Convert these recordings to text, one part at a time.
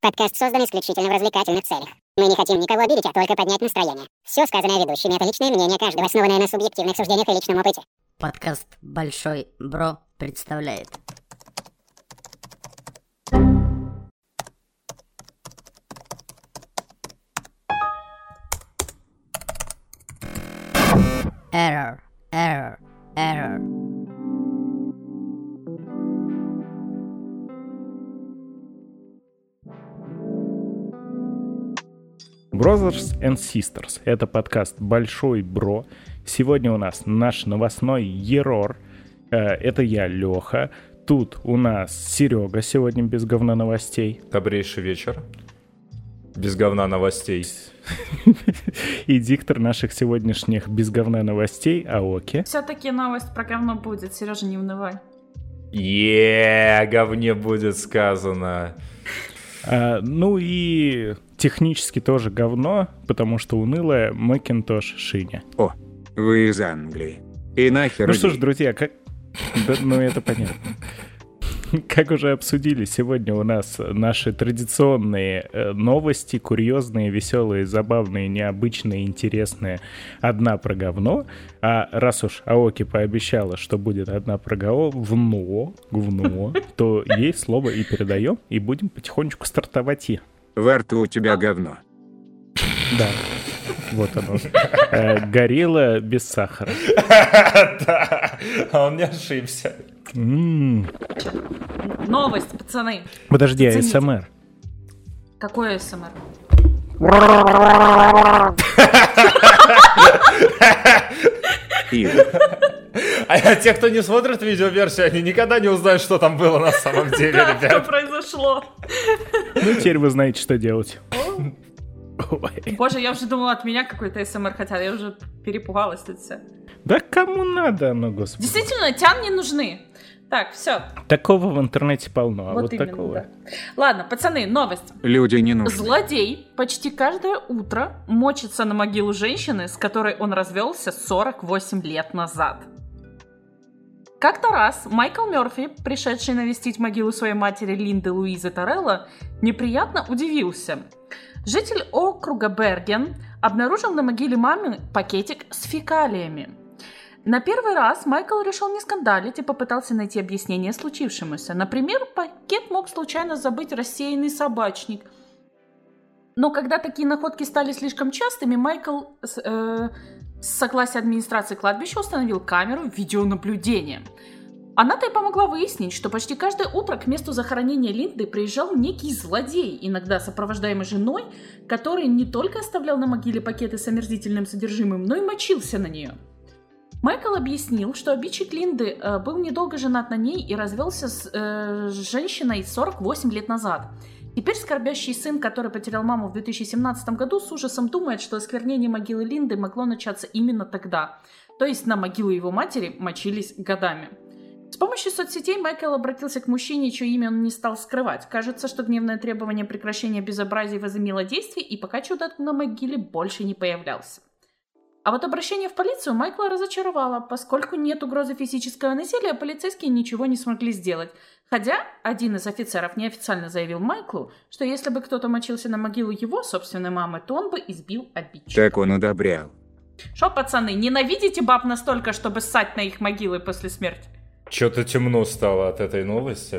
Подкаст создан исключительно в развлекательных целях. Мы не хотим никого обидеть, а только поднять настроение. Все сказанное ведущими — это личное мнение каждого, основанное на субъективных суждениях и личном опыте. Подкаст «Большой Бро» представляет. Error. Brothers and Sisters. Это подкаст «Большой Бро». Сегодня у нас наш новостной ерор. Это я, Леха. Тут у нас Серега сегодня без говна новостей. Добрейший вечер. Без говна новостей. И диктор наших сегодняшних без говна новостей Аоки. Все-таки новость про говно будет, Сережа, не унывай. О говне будет сказано. Ну и технически тоже говно, потому что унылая Macintosh Шиня. О, вы из Англии. И нахер. Ну что ж, друзья, как... Да, ну это понятно. Как уже обсудили, сегодня у нас наши традиционные новости, курьезные, веселые, забавные, необычные, интересные. Одна про говно. А раз уж Аоки пообещала, что будет одна про говно, то ей слово и передаем, и будем потихонечку стартовать. Во рту у тебя говно. Да, вот оно. Горилла без сахара. Да, а он не ошибся. Новость, пацаны. Подожди, АСМР. Какой АСМР? А те, кто не смотрит видеоверсию, они никогда не узнают, что там было на самом деле, Да, что ребят. произошло? Ну, теперь вы знаете, что делать. Боже, я уже думала, от меня какой-то АСМР хотят, я уже перепугалась тут все. Да кому надо оно, господи. Действительно, тян не нужны. Так, все. Такого в интернете полно, а вот именно, такого. да. Ладно, пацаны, новость. Люди не нужны. Злодей почти каждое утро мочится на могилу женщины, с которой он развелся 48 лет назад. Как-то раз Майкл Мерфи, пришедший навестить могилу своей матери Линды Луизы Торелло, неприятно удивился. Житель округа Берген обнаружил на могиле мамы пакетик с фекалиями. На первый раз Майкл решил не скандалить и попытался найти объяснение случившемуся. Например, пакет мог случайно забыть рассеянный собачник. Но когда такие находки стали слишком частыми, Майкл с согласия администрации кладбища установил камеру видеонаблюдения. Она-то и помогла выяснить, что почти каждое утро к месту захоронения Линды приезжал некий злодей, иногда сопровождаемый женой, который не только оставлял на могиле пакеты с омерзительным содержимым, но и мочился на нее. Майкл объяснил, что обидчик Линды был недолго женат на ней и развелся с женщиной 48 лет назад. Теперь скорбящий сын, который потерял маму в 2017 году, с ужасом думает, что осквернение могилы Линды могло начаться именно тогда. То есть на могилу его матери мочились годами. С помощью соцсетей Майкл обратился к мужчине, чье имя он не стал скрывать. Кажется, что гневное требование прекращения безобразий возымело действие, и пока чудак на могиле больше не появлялся. А вот обращение в полицию Майкла разочаровало, поскольку нет угрозы физического насилия, полицейские ничего не смогли сделать. Хотя один из офицеров неофициально заявил Майклу, что если бы кто-то мочился на могилу его собственной мамы, то он бы избил обидчика. Так он удобрял. Шо, пацаны, ненавидите баб настолько, чтобы ссать на их могилы после смерти? Что-то темно стало от этой новости.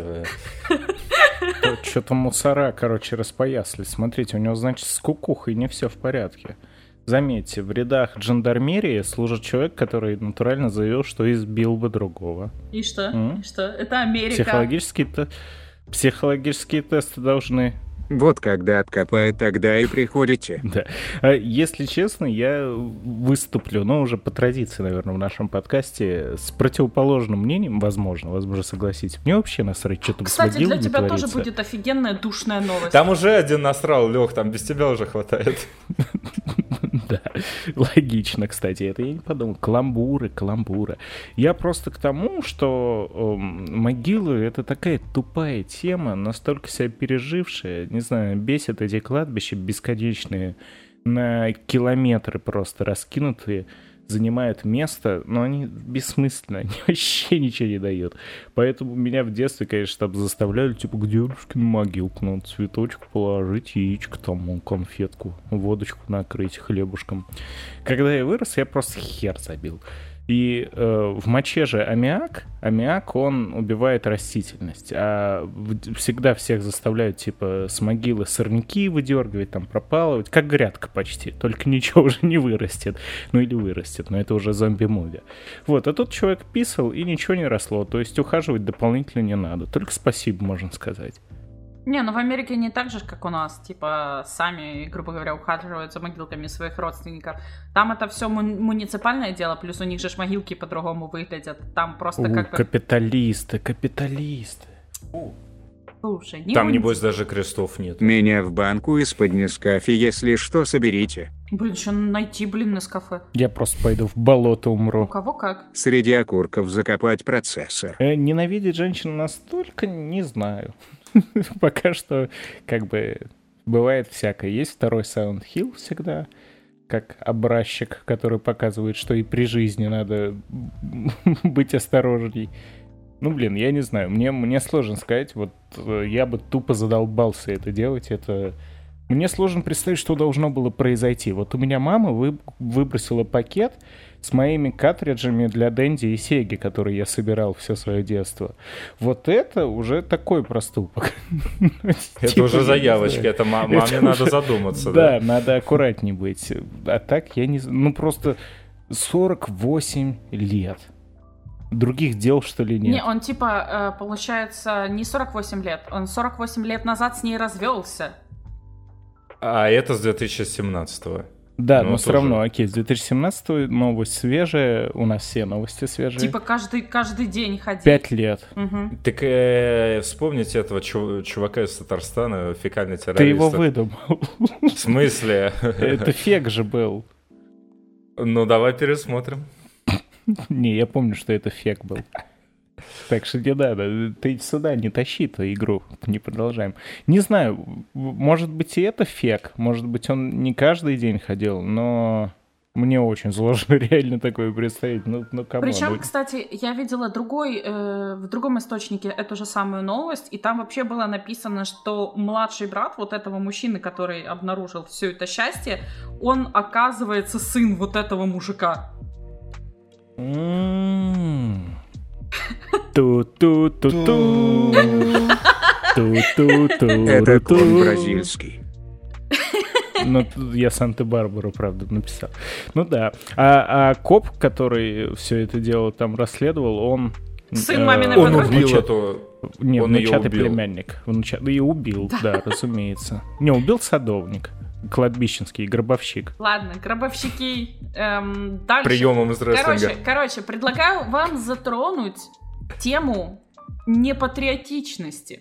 Что-то мусора, распоясли. Смотрите, у него, значит, с кукухой не все в порядке. Заметьте, в рядах жандармерии служит человек, который натурально заявил, что избил бы другого. И что? И что? Это Америка. Психологические тесты должны... Вот когда откопают, тогда и приходите. Да. Если честно, я выступлю, уже по традиции, наверное, в нашем подкасте с противоположным мнением, возможно, согласитесь. Мне вообще насрать, что там с могилами творится. Кстати, для тебя творится. тоже будет офигенная душная новость. Там уже один насрал, Лех, там без тебя уже хватает. Да, логично, кстати, это я не подумал. Каламбуры. Я просто к тому, что могилы — это такая тупая тема, настолько себя пережившая. Не знаю, бесит эти кладбища бесконечные, на километры просто раскинутые. занимают место, но они бессмысленны, они вообще ничего не дают. Поэтому меня в детстве, конечно, там заставляли, типа, к дедушке на могилку надо цветочек положить, яичко там, конфетку, водочку накрыть хлебушком. Когда я вырос, я просто хер забил. И в моче же аммиак, он убивает растительность. А всегда всех заставляют, типа, с могилы сорняки выдергивать, там, пропалывать, как грядка почти, только ничего уже не вырастет. Ну или вырастет, но это уже зомби-муви. Вот, а тут человек писал, и ничего не росло, то есть ухаживать дополнительно не надо, только спасибо, можно сказать. Не, ну в Америке не так же, как у нас, типа, сами, грубо говоря, ухаживают за могилками своих родственников. Там это все муниципальное дело, плюс у них же могилки по-другому выглядят. Там просто как бы... Капиталисты. Слушай, не Там, небось, даже крестов нет. Меня в банку из-под Нескафи, если что, соберите. Блин, еще найти, Нескафе. Я просто пойду в болото У умру. кого как? Среди окурков закопать процессор. Ненавидеть женщин настолько, не знаю. Пока что, как бы, бывает всякое. Есть второй Silent Hill всегда, как образчик, который показывает, что и при жизни надо быть осторожней. Ну, блин, я не знаю. Мне сложно сказать. Вот я бы тупо задолбался это делать. Мне сложно представить, что должно было произойти. Вот у меня мама выбросила пакет с моими картриджами для Денди и Сеги, которые я собирал все свое детство. Вот это уже такой проступок. Это уже заявочка, это маме надо задуматься. Да, надо аккуратней быть. А так я не знаю. Ну, просто 48 лет. Других дел, что ли, нет? Не, он типа, получается, не 48 лет. Он 48 лет назад с ней развелся. А это с 2017-го. Да, Ну, но все тоже. равно, окей, с 2017 новость свежая, у нас все новости свежие. Типа каждый день ходил. 5 лет. Мгм. Так вспомните этого чувака из Татарстана, фекальный террорист. Ты его выдумал. В смысле? Это фек же был. Ну, давай пересмотрим. Не, я помню, что это фек был. Так что не надо. Ты сюда не тащи эту игру. Не продолжаем. Не знаю, может быть и это фек. Может быть он не каждый день ходил, но мне очень сложно реально такое представить. Ну, камон. Причем, кстати, я видела в другом источнике эту же самую новость, и там вообще было написано, что младший брат вот этого мужчины, который обнаружил все это счастье, он, оказывается, сын вот этого мужика. Ту-ту-ту-ту. Это клон бразильский. Ну, я Санта-Барбару, правда, написал. Ну да. А коп, который все это дело там расследовал, он... Сын маминой Он подруги. убил эту... Нет, Он её внучатый убил. племянник. И убил, да, разумеется. Не, убил садовник. Кладбищенский, гробовщик. Ладно, гробовщики. Дальше. Приемом из рестлинга. Короче, предлагаю вам затронуть тему непатриотичности.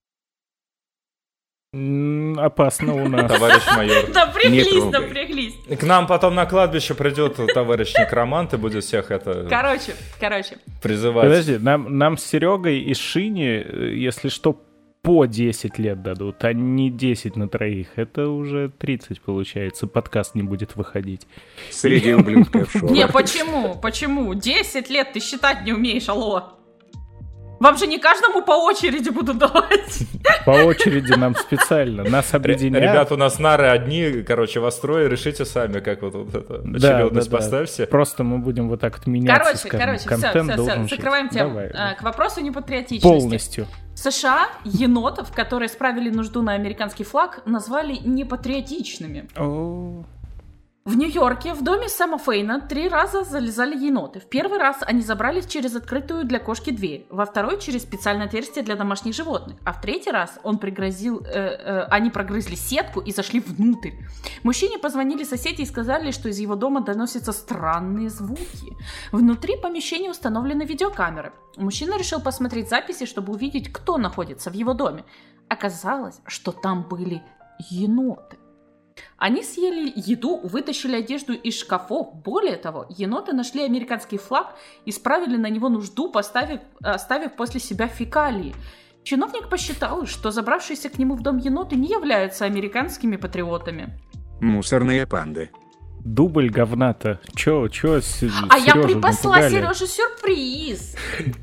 Опасно у нас. Товарищ майор. Напряглись, трогай. напряглись. К нам потом на кладбище придет товарищ некромант и будет всех это Короче. призывать. Подожди, нам с Серегой и Шине, если что, по 10 лет дадут, а не 10 на троих. Это уже 30 получается. Подкаст не будет выходить. Среди ублюдков шоу. Не, почему? 10 лет ты считать не умеешь, алло. Вам же не каждому по очереди будут давать. По очереди нам специально. Нас объединяют. Ребят, у нас нары одни, короче, вас трое, решите сами, как вот это. Очередность поставьте. Просто мы будем вот так вот меняться. Короче, контент все, должен жить. закрываем тему. Давай. К вопросу непатриотичности. Полностью. В США енотов, которые справили нужду на американский флаг, назвали непатриотичными. В Нью-Йорке в доме Сэма Фейна 3 раза залезали еноты. В первый раз они забрались через открытую для кошки дверь, во второй через специальное отверстие для домашних животных, а в третий раз они прогрызли сетку и зашли внутрь. Мужчине позвонили соседи и сказали, что из его дома доносятся странные звуки. Внутри помещения установлены видеокамеры. Мужчина решил посмотреть записи, чтобы увидеть, кто находится в его доме. Оказалось, что там были еноты. Они съели еду, вытащили одежду из шкафов. Более того, еноты нашли американский флаг и справили на него нужду, оставив после себя фекалии. Чиновник посчитал, что забравшиеся к нему в дом еноты не являются американскими патриотами. Мусорные панды. Дубль говна-то. Чё, А я припасла Сереже сюрприз.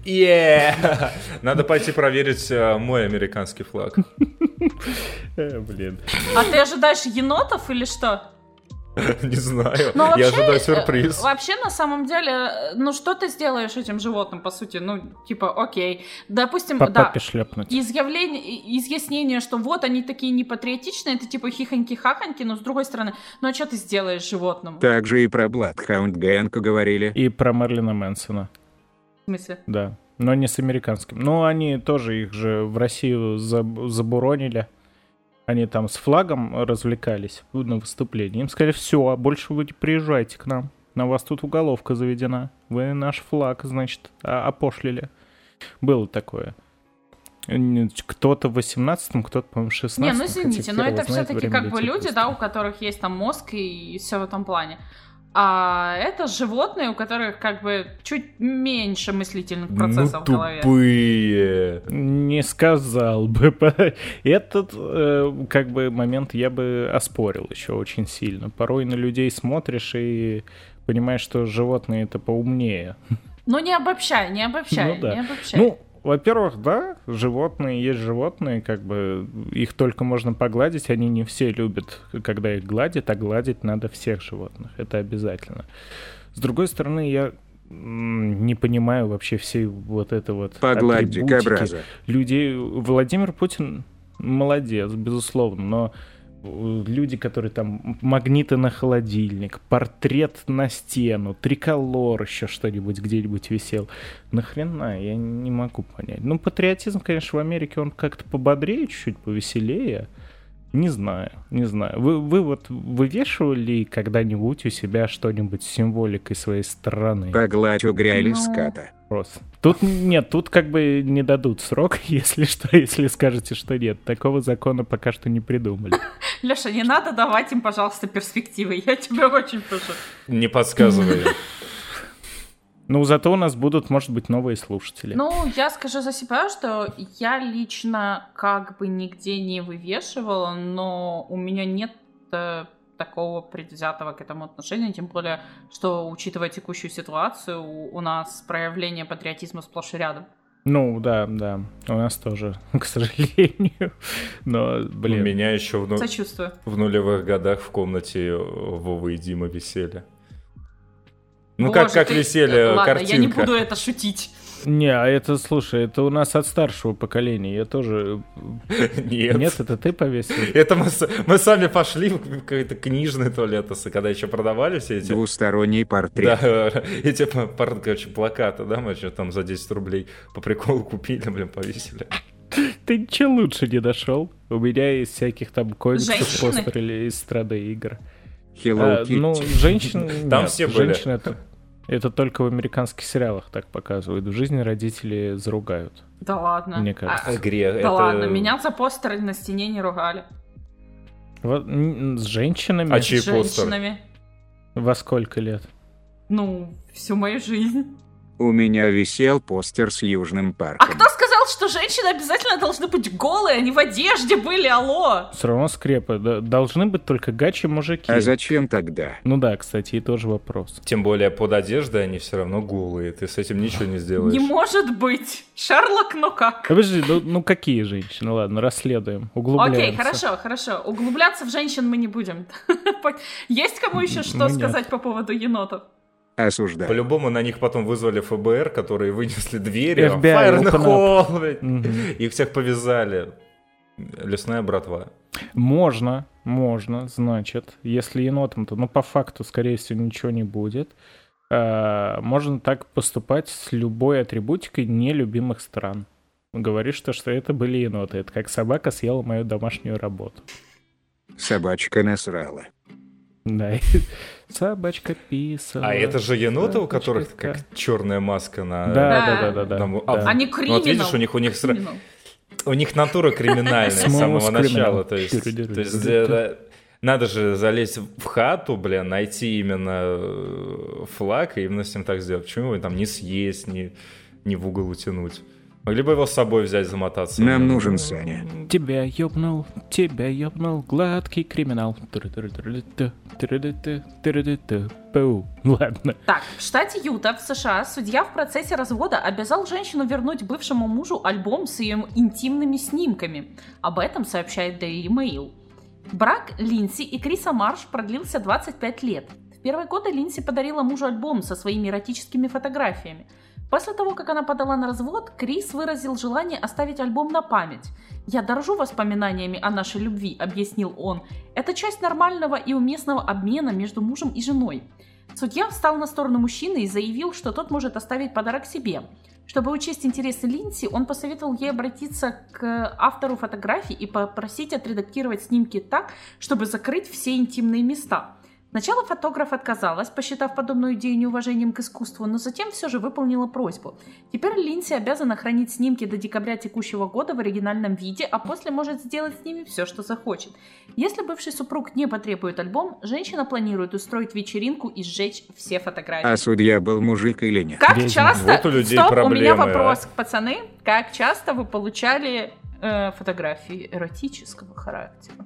Надо пойти проверить мой американский флаг. Блин. А ты ожидаешь енотов или что? Не знаю, Но я вообще, ожидаю сюрприз. Вообще, на самом деле, ну что ты сделаешь этим животным, по сути? Ну, типа, окей. Допустим, По да, папе шлепнуть. изъяснение, что вот они такие непатриотичные, это типа хихоньки-хахоньки, но с другой стороны, ну а что ты сделаешь животному? Также и про Bloodhound Gang говорили. И про Мерлина Мэнсона. В смысле? Да. Но не с американским. Ну, они тоже их же в Россию забуронили. Они там с флагом развлекались на выступлении. Им сказали, все, больше вы не приезжайте к нам. На вас тут уголовка заведена. Вы наш флаг, значит, опошлили. Было такое. Кто-то в 18-м, кто-то, по-моему, в 16-м. Не, ну извините, но это все-таки как бы люди, да, у которых есть там мозг и все в этом плане. А это животные, у которых как бы чуть меньше мыслительных процессов в голове. Тупые. Не сказал бы. Этот как бы момент я бы оспорил еще очень сильно. Порой на людей смотришь и понимаешь, что животные это поумнее. Ну не обобщай, Ну, да. не обобщай. Ну, во-первых, да, животные есть животные, как бы их только можно погладить, они не все любят, когда их гладят, а гладить надо всех животных, это обязательно. С другой стороны, я не понимаю вообще всей вот это вот Погладь атрибутики дикобраза. людей. Владимир Путин молодец, безусловно, но люди, которые там магниты на холодильник, портрет на стену, триколор еще что-нибудь где-нибудь висел. Нахрена? Я не могу понять. Ну, патриотизм, конечно, в Америке он как-то пободрее, чуть-чуть повеселее. Не знаю. Вы вот вывешивали когда-нибудь у себя что-нибудь с символикой своей страны? Погладь угря или ската. Тут нет, тут как бы не дадут срок, если что, если скажете, что нет. Такого закона пока что не придумали. Леша, не надо давать им, пожалуйста, перспективы. Я тебя очень прошу. Не подсказывай. Ну, зато у нас будут, может быть, новые слушатели. Ну, я скажу за себя, что я лично как бы нигде не вывешивала, но у меня нет такого предвзятого к этому отношения, тем более, что, учитывая текущую ситуацию, у нас проявление патриотизма сплошь и рядом. Ну, да, у нас тоже, к сожалению. Но, блин. У меня еще Сочувствую. в нулевых годах в комнате Вова и Дима висели. Ну, Боже, как висели, Ладно, картинка. я не буду это шутить. Не, а это, слушай, это у нас от старшего поколения. Я тоже... Нет, это ты повесил? Это мы сами пошли в какой-то книжный туалет, когда еще продавали все эти... Двусторонний портрет. Да, эти, короче, плакаты, да, мы что там за 10 рублей по приколу купили, блин, повесили. Ты ничего лучше не нашел? У меня из всяких там комиксов, Женщины? постеры из страны игр. Hello Kitty. Ну, женщин... Там нет, все были. женщин это только в американских сериалах так показывают. В жизни родители заругают. Да ладно. Мне кажется. Игре. Да ладно, меня за постеры на стене не ругали. Вот, с женщинами? А чей С постер? женщинами. Во сколько лет? Ну, всю мою жизнь. У меня висел постер с Южным А парком. кто сказал, что женщины обязательно должны быть голые, они в одежде были, алло? Все равно скрепы. Должны быть только гачи мужики. А зачем тогда? Ну да, кстати, и тоже вопрос. Тем более под одеждой они все равно голые, ты с этим ничего не сделаешь. Не может быть. Шерлок, ну как? Подожди, ну какие женщины? Ладно, расследуем, углубляемся. Окей, хорошо. Углубляться в женщин мы не будем. Есть кому еще что нет. сказать по поводу енотов? Осуждаю. По-любому на них потом вызвали ФБР, которые вынесли двери. FBI, Fire in the open hall, блядь. Мгм. Их всех повязали. Лесная братва. Можно, значит, если енотом, то, ну, по факту, скорее всего, ничего не будет. Можно так поступать с любой атрибутикой нелюбимых стран. Говоришь, что это были еноты. Это как собака съела мою домашнюю работу. Собачка насрала. Да, собачка писала. А это же еноты, у собачка которых как черная маска на... Да. там, Да. Они ну, криминал. вот видишь, Криминал. у них натура криминальная с Smooth самого criminal. начала. То есть надо же залезть в хату, блин, найти именно флаг и именно с ним так сделать. Почему его там не съесть, не в угол утянуть? Могли бы его с собой взять, замотаться? Нам нужен Саня. Тебя ёбнул, гладкий криминал. Пау. Ладно. Так, в штате Юта в США судья в процессе развода обязал женщину вернуть бывшему мужу альбом с ее интимными снимками. Об этом сообщает Daily Mail. Брак Линдси и Криса Марш продлился 25 лет. В первые годы Линдси подарила мужу альбом со своими эротическими фотографиями. После того, как она подала на развод, Крис выразил желание оставить альбом на память. «Я дорожу воспоминаниями о нашей любви», — объяснил он. «Это часть нормального и уместного обмена между мужем и женой». Судья встал на сторону мужчины и заявил, что тот может оставить подарок себе. Чтобы учесть интересы Линдси, он посоветовал ей обратиться к автору фотографий и попросить отредактировать снимки так, чтобы закрыть все интимные места. Сначала фотограф отказалась, посчитав подобную идею неуважением к искусству, но затем все же выполнила просьбу. Теперь Линдси обязана хранить снимки до декабря текущего года в оригинальном виде, а после может сделать с ними все, что захочет. Если бывший супруг не потребует альбом, женщина планирует устроить вечеринку и сжечь все фотографии. А судья был мужик или нет? Как часто... Вот у людей Стоп, проблемы, у меня вопрос, пацаны. Как часто вы получали фотографии эротического характера?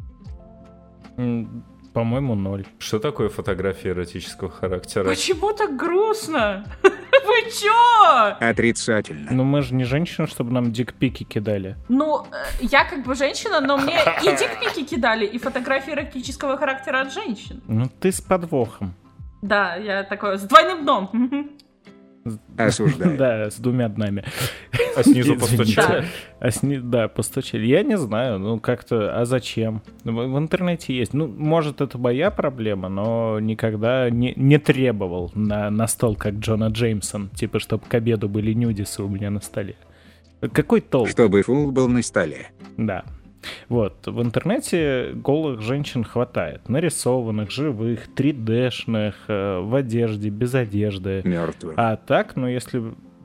По-моему, 0. Что такое фотография эротического характера? Почему так грустно? Вы чё? Отрицательно. Ну мы же не женщины, чтобы нам дикпики кидали. Ну, я как бы женщина, но мне и дикпики кидали, и фотографии эротического характера от женщин. Ну ты с подвохом. Да, я такой, с двойным дном. Осуждаю. Да, с 2 днами. А снизу Извините. постучали? Да, постучали. Я не знаю, ну как-то, а зачем? В интернете есть. Ну, может, это моя проблема, но никогда не требовал на стол, как Джона Джеймсон. Типа, чтобы к обеду были нюдисы у меня на столе. Какой толк? Чтобы фул был на столе. Да. Вот, в интернете голых женщин хватает. Нарисованных, живых, 3D-шных, в одежде, без одежды. Мертвых. А так, ну, если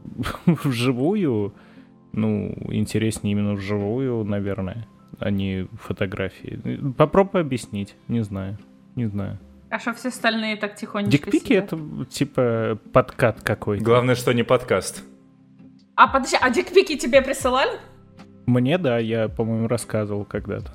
вживую, ну, интереснее именно вживую, наверное, а не фотографии. Попробуй объяснить, не знаю. А что все остальные так тихонечко Дикпики — сидят? это типа подкат какой-то. Главное, что не подкаст. А подожди, а дикпики тебе присылали? Мне, да, я, по-моему, рассказывал когда-то.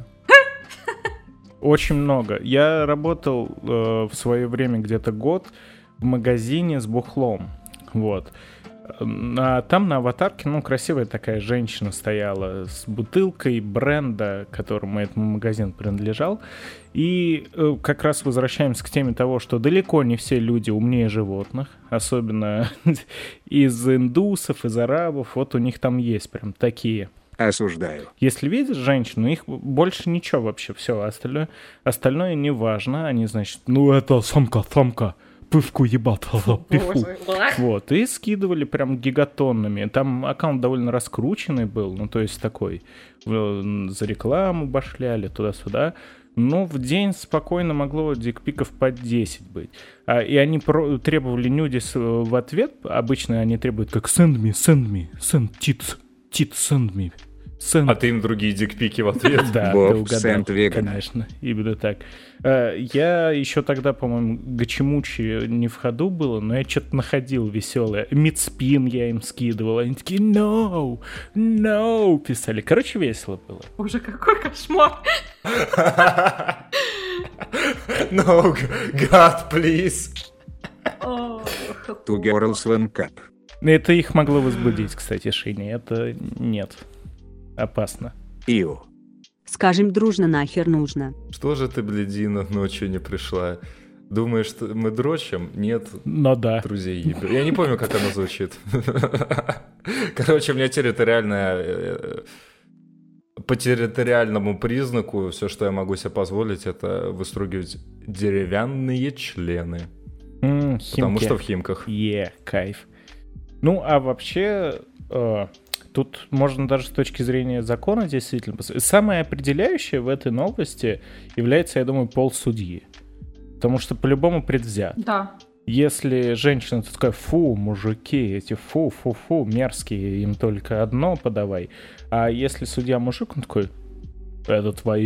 Очень много. Я работал в свое время где-то год в магазине с бухлом. Вот. А там на аватарке, ну, красивая такая женщина стояла с бутылкой бренда, которому этот магазин принадлежал. И как раз возвращаемся к теме того, что далеко не все люди умнее животных, особенно из индусов, из арабов. Вот у них там есть прям такие. Осуждаю. Если видишь женщину, их больше ничего вообще, все остальное не важно. Они, значит, ну это самка, пывку ебать, пивку. Вот, и скидывали прям гигатоннами. Там аккаунт довольно раскрученный был, ну то есть такой, за рекламу башляли туда-сюда. Но в день спокойно могло дикпиков по 10 быть. И они требовали нюдис в ответ. Обычно они требуют как send me, send me. А ты им другие дикпики в ответ? Да, Боб, ты угадал, Сент Веган. конечно, именно так. Я еще тогда, по-моему, Гачимучи не в ходу было, но я что-то находил веселое. Мидспин я им скидывал, они такие no, писали. Короче, весело было. Боже, какой кошмар. No, God, please. Two girls, one cup. Это их могло возбудить, кстати, Шине. Это нет. Опасно. Иу. Скажем дружно, нахер нужно. Что же ты, блядина, ночью не пришла? Думаешь, что мы дрочим? Нет. Но да. Друзей ебем. Я не помню, как оно звучит. Короче, у меня территориальная... По территориальному признаку все, что я могу себе позволить, это выстругивать деревянные члены. Потому что в Химках. Кайф. Ну, а вообще, тут можно даже с точки зрения закона действительно... Самое определяющее в этой новости является, я думаю, пол судьи. Потому что по-любому предвзят. Да. Если женщина такая, фу, мужики, эти фу, мерзкие, им только одно подавай. А если судья мужик, он такой, это твое,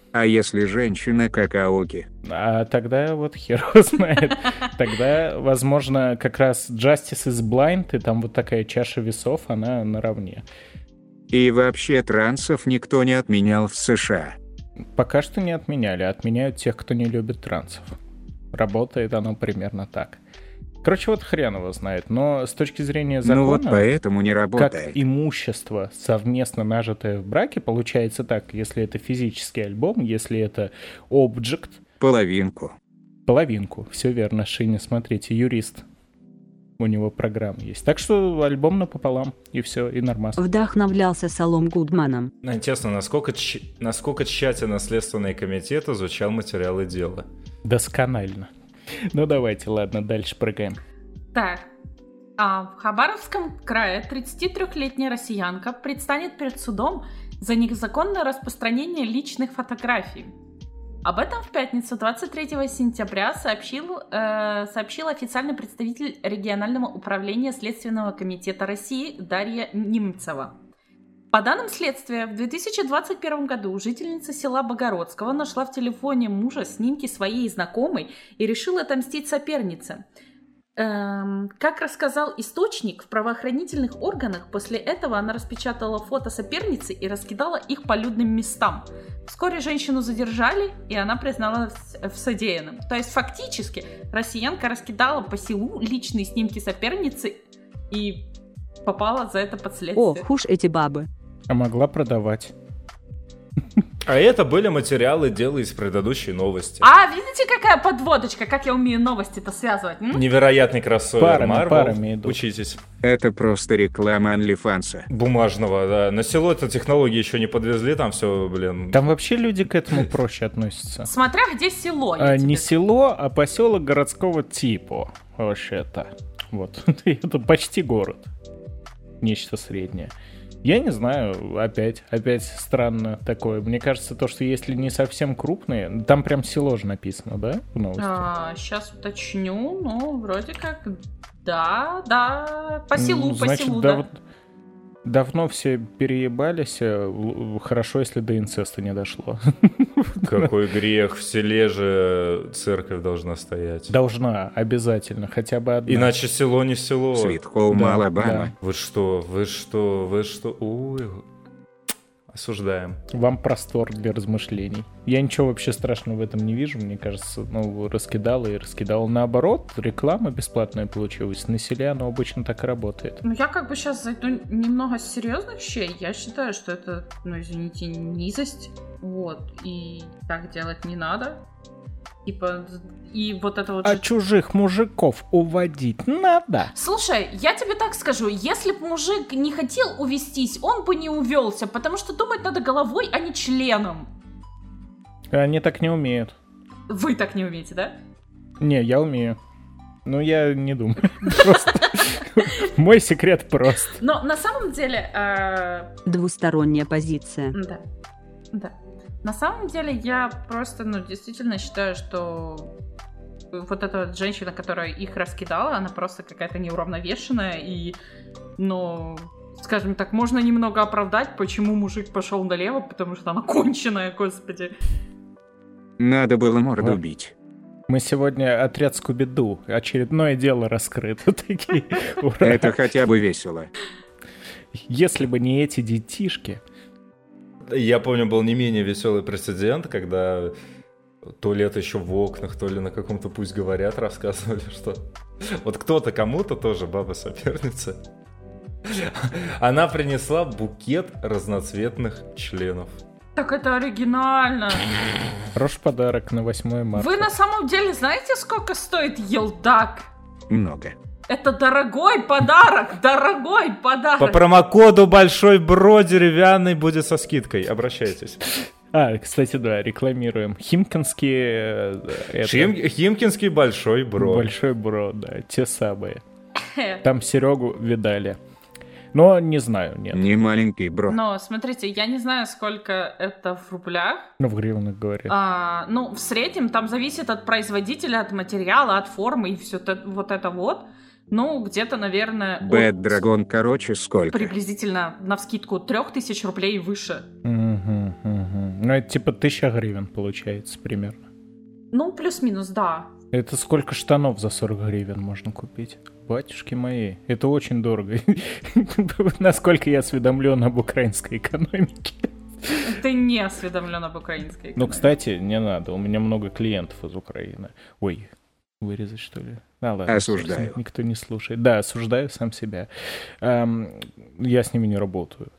А если женщина какаоки? А тогда вот хер его знает. Тогда, возможно, как раз Justice is Blind, и там вот такая чаша весов, она наравне. И вообще трансов никто не отменял в США. Пока что не отменяли, отменяют тех, кто не любит трансов. Работает оно примерно так. Короче, вот хрен его знает, но с точки зрения закона... Ну вот поэтому не Как работает. имущество, совместно нажитое в браке, получается так, если это физический альбом, если это объект, Половинку. половинку. Все верно, Шиня, смотрите, юрист. У него программа есть. Так что альбом напополам, и все, и нормас. Вдохновлялся Солом Гудманом. Интересно, насколько тщательно Следственный комитет изучал материалы дела? Досконально. Ну давайте, ладно, дальше прыгаем. Так, в Хабаровском крае 33-летняя россиянка предстанет перед судом за незаконное распространение личных фотографий. Об этом в пятницу, 23 сентября, сообщил официальный представитель регионального управления Следственного комитета России Дарья Немцева. По данным следствия, в 2021 году жительница села Богородского нашла в телефоне мужа снимки своей знакомой и решила отомстить сопернице. Как рассказал источник, в правоохранительных органах после этого она распечатала фото соперницы и раскидала их по людным местам. Вскоре женщину задержали, и она призналась в содеянном. То есть фактически россиянка раскидала по селу личные снимки соперницы и попала за это под следствие. Ох уж эти бабы. А могла продавать. А это были материалы дела из предыдущей новости. Видите, какая подводочка, как я умею новости-то связывать? Невероятный кроссовер Marvel. Парами идут. Учитесь. Это просто реклама OnlyFans. Бумажного, да. На село это технологии еще не подвезли, там все, блин. Там вообще люди к этому проще относятся. Смотря где село. я тебе Не скажу. село, а поселок городского типа. Вообще-то. Вот. Это почти город. Нечто среднее. Я не знаю, опять странно такое. Мне кажется, то, что если не совсем крупные, там прям село же написано, да, в новости? Сейчас уточню, но вроде как да, по селу, Значит, да. давно все переебались, хорошо, если до инцеста не дошло. Какой грех, в селе же церковь должна стоять. Должна, обязательно, хотя бы одна. Иначе село не село. Sweet Home Да, Alabama. Вы что? Ой, осуждаем. Вам простор для размышлений. Я ничего вообще страшного в этом не вижу, мне кажется, раскидала и раскидала. Наоборот, реклама бесплатная получилась. На селе оно обычно так и работает. Я как бы сейчас зайду немного с серьезных вещей. Я считаю, что это, извините, низость. Вот. И так делать не надо. Типа, и вот это вот... А чужих мужиков уводить надо. Слушай, я тебе так скажу, если бы мужик не хотел увестись, он бы не увелся, потому что думать надо головой, а не членом. Они так не умеют. Вы так не умеете, да? Не, я умею. Но я не думаю. Просто. Мой секрет прост. Но на самом деле... Двусторонняя позиция. Да. На самом деле я просто, действительно считаю, что вот эта вот женщина, которая их раскидала, она просто какая-то неуравновешенная и, скажем так, можно немного оправдать, почему мужик пошел налево, потому что она конченая, господи. Надо было морду бить. Мы сегодня отряд Скуби-Ду. Очередное дело раскрыто. Такие. Ура. Это хотя бы весело. Если бы не эти детишки... Я помню, был не менее веселый прецедент, когда то ли это еще в окнах, то ли на каком-то «Пусть говорят» рассказывали, что вот кто-то кому-то тоже баба-соперница. Она принесла букет разноцветных членов. Так это оригинально. Хороший подарок на 8 марта. Вы на самом деле знаете, сколько стоит елдак? Много. Это дорогой подарок. По промокоду «Большой Бро» деревянный будет со скидкой. Обращайтесь. Кстати, да, рекламируем. Химкинский... Химкинский «Большой Бро». Большой Бро, да, те самые. Там Серегу видали. Но не знаю, нет. Не маленький бро. Но, смотрите, я не знаю, сколько это в рублях. В гривнах говорят. В среднем там зависит от производителя, от материала, от формы и все вот это вот. Где-то, наверное... Bad Dragon, короче, сколько? Приблизительно, навскидку, 3000 рублей и выше. Ну, это типа 1000 гривен получается примерно. Ну, плюс-минус, да. Это сколько штанов за 40 гривен можно купить? Батюшки мои, это очень дорого. Насколько я осведомлен об украинской экономике. Ты не осведомлен об украинской экономике. Ну, кстати, не надо, у меня много клиентов из Украины. Ой, вырезать что ли? А, ладно, Осуждаю. никто не слушает. Да, осуждаю сам себя. Я с ними не работаю.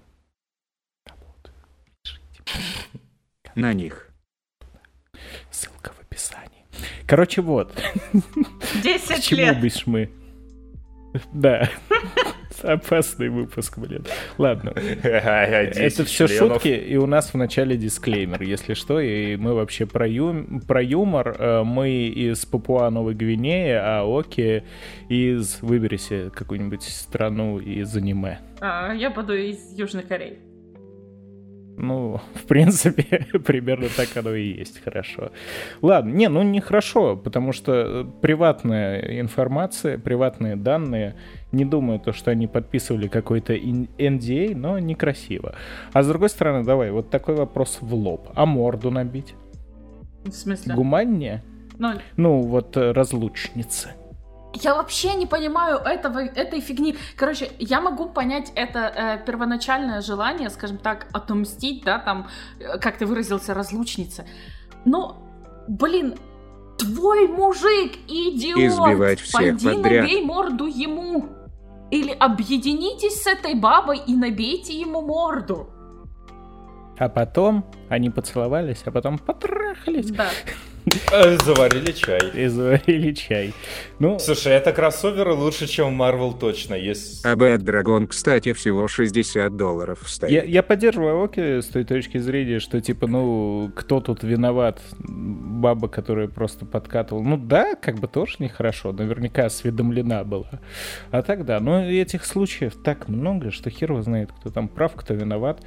На них. Ссылка в описании. Короче, вот. 10 К чему лет. бишь. Да. Опасный выпуск, блин. Ладно. Это все шутки, и у нас в начале дисклеймер, если что, и мы вообще про юмор. Мы из Папуа-Новой Гвинеи, а Оки из, выбери себе какую-нибудь страну из аниме. Я буду из Южной Кореи. Ну, в принципе, примерно так оно и есть, хорошо. Ладно, не хорошо, потому что приватная информация, приватные данные, не думаю, что они подписывали какой-то NDA, но некрасиво. А с другой стороны, давай, вот такой вопрос в лоб. А морду набить? В смысле? Гуманнее? Ну, вот разлучница. Я вообще не понимаю этой фигни. Короче, я могу понять это первоначальное желание, скажем так, отомстить, да, там, как ты выразился, разлучница. Но, блин, твой мужик идиот! Избивать всех пойди подряд. Набей морду ему! Или объединитесь с этой бабой и набейте ему морду. А потом они поцеловались, а потом потрахались. Да. Заварили чай. И заварили чай. Ну, Слушай, это кроссоверы лучше, чем Marvel точно. Есть... А Bad Dragon, кстати, всего $60 стоит. я поддерживаю Оки с той точки зрения, что типа, ну, кто тут виноват? Баба, которая просто подкатывала. Ну да, как бы тоже нехорошо. Наверняка осведомлена была. А тогда, ну, этих случаев так много, что хер его знает, кто там прав, кто виноват.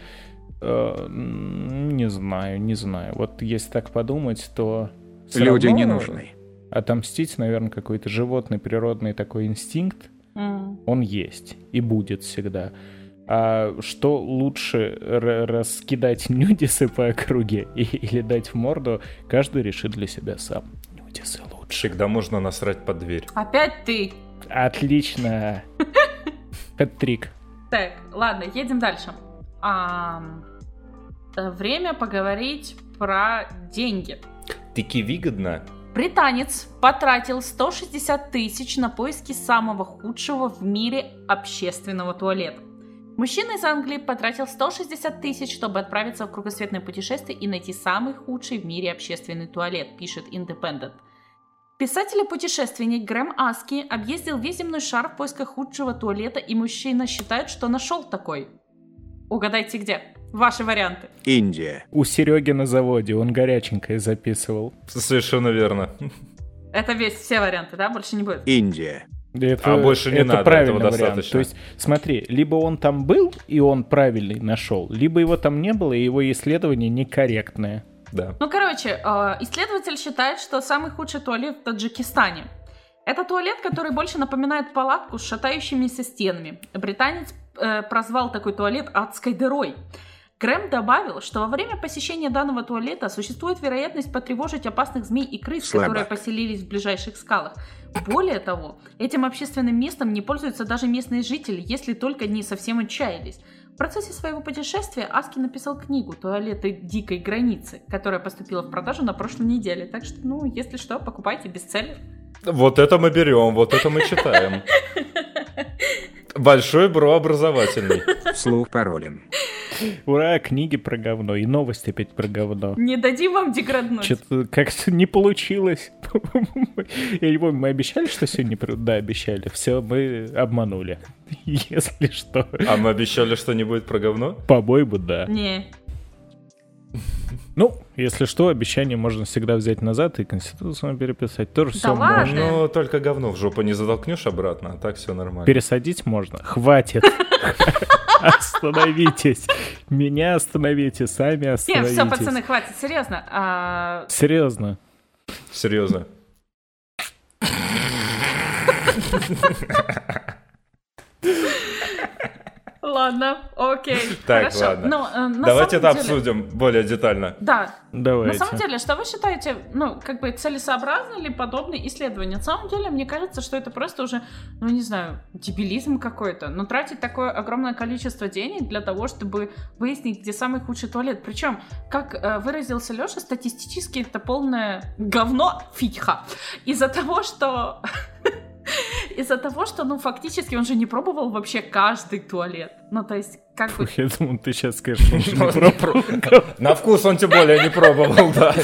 Не знаю. Вот если так подумать, то... Люди не нужны. Отомстить, наверное, какой-то животный, природный такой инстинкт, он есть и будет всегда. А что лучше, раскидать нюдисы по округе или дать в морду, каждый решит для себя сам. Нюдисы лучше. Всегда можно насрать под дверь. Опять ты. Отлично. Хэт-трик. Так, ладно, едем дальше. Время поговорить про деньги. Таки выгодно. Британец потратил 160 тысяч на поиски самого худшего в мире общественного туалета. Мужчина из Англии потратил 160 тысяч, чтобы отправиться в кругосветное путешествие и найти самый худший в мире общественный туалет, пишет Independent. Писатель и путешественник Грэм Аски объездил весь земной шар в поисках худшего туалета, и мужчина считает, что нашел такой. Угадайте где? Ваши варианты. Индия. У Сереги на заводе, он горяченькое записывал. Совершенно верно. Это все варианты, да? Больше не будет? Индия. Это, больше не надо, правильный этого вариант. достаточно. То есть, смотри, либо он там был, и он правильный нашел, либо его там не было, и его исследование некорректное. Да. Ну, короче, исследователь считает, что самый худший туалет в Таджикистане. Это туалет, который больше напоминает палатку с шатающимися стенами. Британец прозвал такой туалет адской дырой. Грэм добавил, что во время посещения данного туалета существует вероятность потревожить опасных змей и крыс, которые поселились в ближайших скалах. Более того, этим общественным местом не пользуются даже местные жители, если только не совсем отчаялись. В процессе своего путешествия Аски написал книгу «Туалеты дикой границы», которая поступила в продажу на прошлой неделе. Так что, ну, если что, покупайте бестселлер. Вот это мы берем, вот это мы читаем. Большой бро образовательный. Вслух паролем. Ура, книги про говно и новости опять про говно. Не дадим вам деграднуть. Что-то как-то не получилось. Я не помню, мы обещали, что сегодня... Да, обещали. Все, мы обманули. Если что. А мы обещали, что не будет про говно? По-моему, да. Не. Ну, если что, обещание можно всегда взять назад и Конституцию переписать. Тоже все ладно. можно. Ну, только говно в жопу не затолкнешь обратно, а так все нормально. Пересадить можно. Хватит. Остановитесь. Меня остановите, сами остановитесь. Нет, все, пацаны, хватит, серьезно. Серьезно. Серьезно. ладно, окей. Так, хорошо. ладно. Ну, на Давайте это самом деле- обсудим более детально. Да. Давайте. На самом деле, что вы считаете, целесообразно ли подобные исследования? На самом деле, мне кажется, что это просто уже, не знаю, дебилизм какой-то. Но тратить такое огромное количество денег для того, чтобы выяснить, где самый худший туалет. Причем, как выразился Леша, статистически это полное говно фитьха. Из-за того, что... фактически он же не пробовал вообще каждый туалет. То есть, как бы... Я думал, ты сейчас скажешь, он же не пробовал. На вкус он тем более не пробовал, да.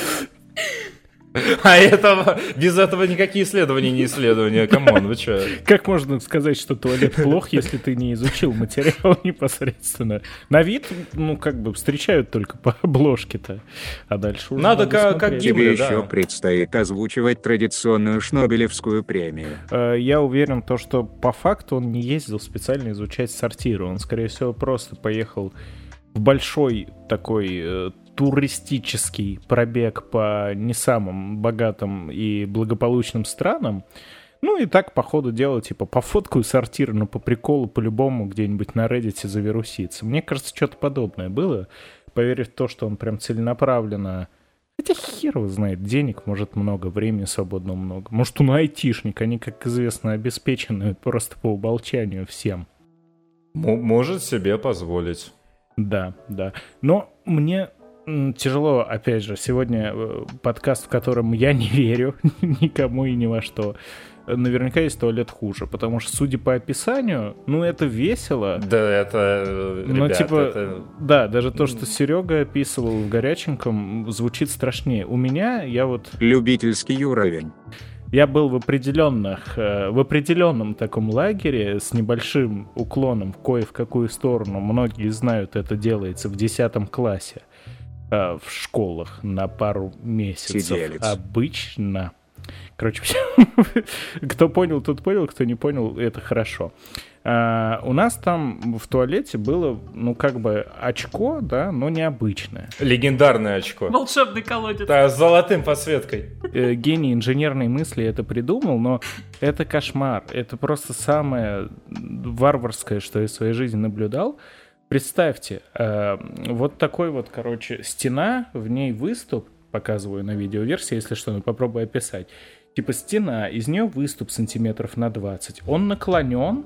А без этого никакие исследования не исследования. Камон, вы что? Как можно сказать, что туалет плох, если ты не изучил материал непосредственно? На вид, встречают только по обложке-то. А дальше уже Надо как смотреть. Гимли, Тебе да. еще предстоит озвучивать традиционную Шнобелевскую премию. Я уверен, что по факту он не ездил специально изучать сортиры. Он, скорее всего, просто поехал в большой такой туристический пробег по не самым богатым и благополучным странам. И так по ходу дела, пофоткаю сортир, по приколу, по-любому где-нибудь на Reddit завируситься. Мне кажется, что-то подобное было. Поверив в то, что он прям целенаправленно... Хотя хер его знает, денег может много, времени свободного много. Может, он айтишник, они, как известно, обеспечены просто по умолчанию всем. Может себе позволить. Да. Но мне тяжело, опять же, сегодня подкаст, в котором я не верю никому и ни во что. Наверняка есть туалет хуже, потому что, судя по описанию, это весело. Да, это, ребят, Да, даже то, что Серега описывал в горяченьком, звучит страшнее. У меня, Любительский уровень. Я был в определенном таком лагере с небольшим уклоном в какую сторону. Многие знают, это делается в 10 классе в школах на пару месяцев. Сиделец. Обычно. Короче, кто понял, тот понял, кто не понял, это хорошо. У нас там в туалете было, очко, да, но необычное. легендарное очко. Волшебный колодец. Да, с золотым подсветкой. Гений инженерной мысли это придумал, но это кошмар. Это просто самое варварское, что я в своей жизни наблюдал. Представьте, вот такой вот, стена, в ней выступ, показываю на видеоверсии, если что, попробую описать. Стена, из нее выступ сантиметров на 20. Он наклонен,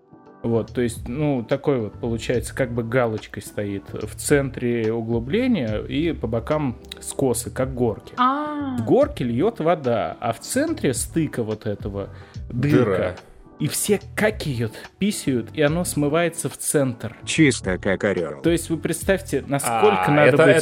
то есть, такой вот получается, как бы галочкой стоит в центре углубления и по бокам скосы, как горки. В горке льет вода, а в центре стыка вот этого дырка. И все какают, писают, и оно смывается в центр. Чисто как орел. То есть вы представьте, насколько надо быть...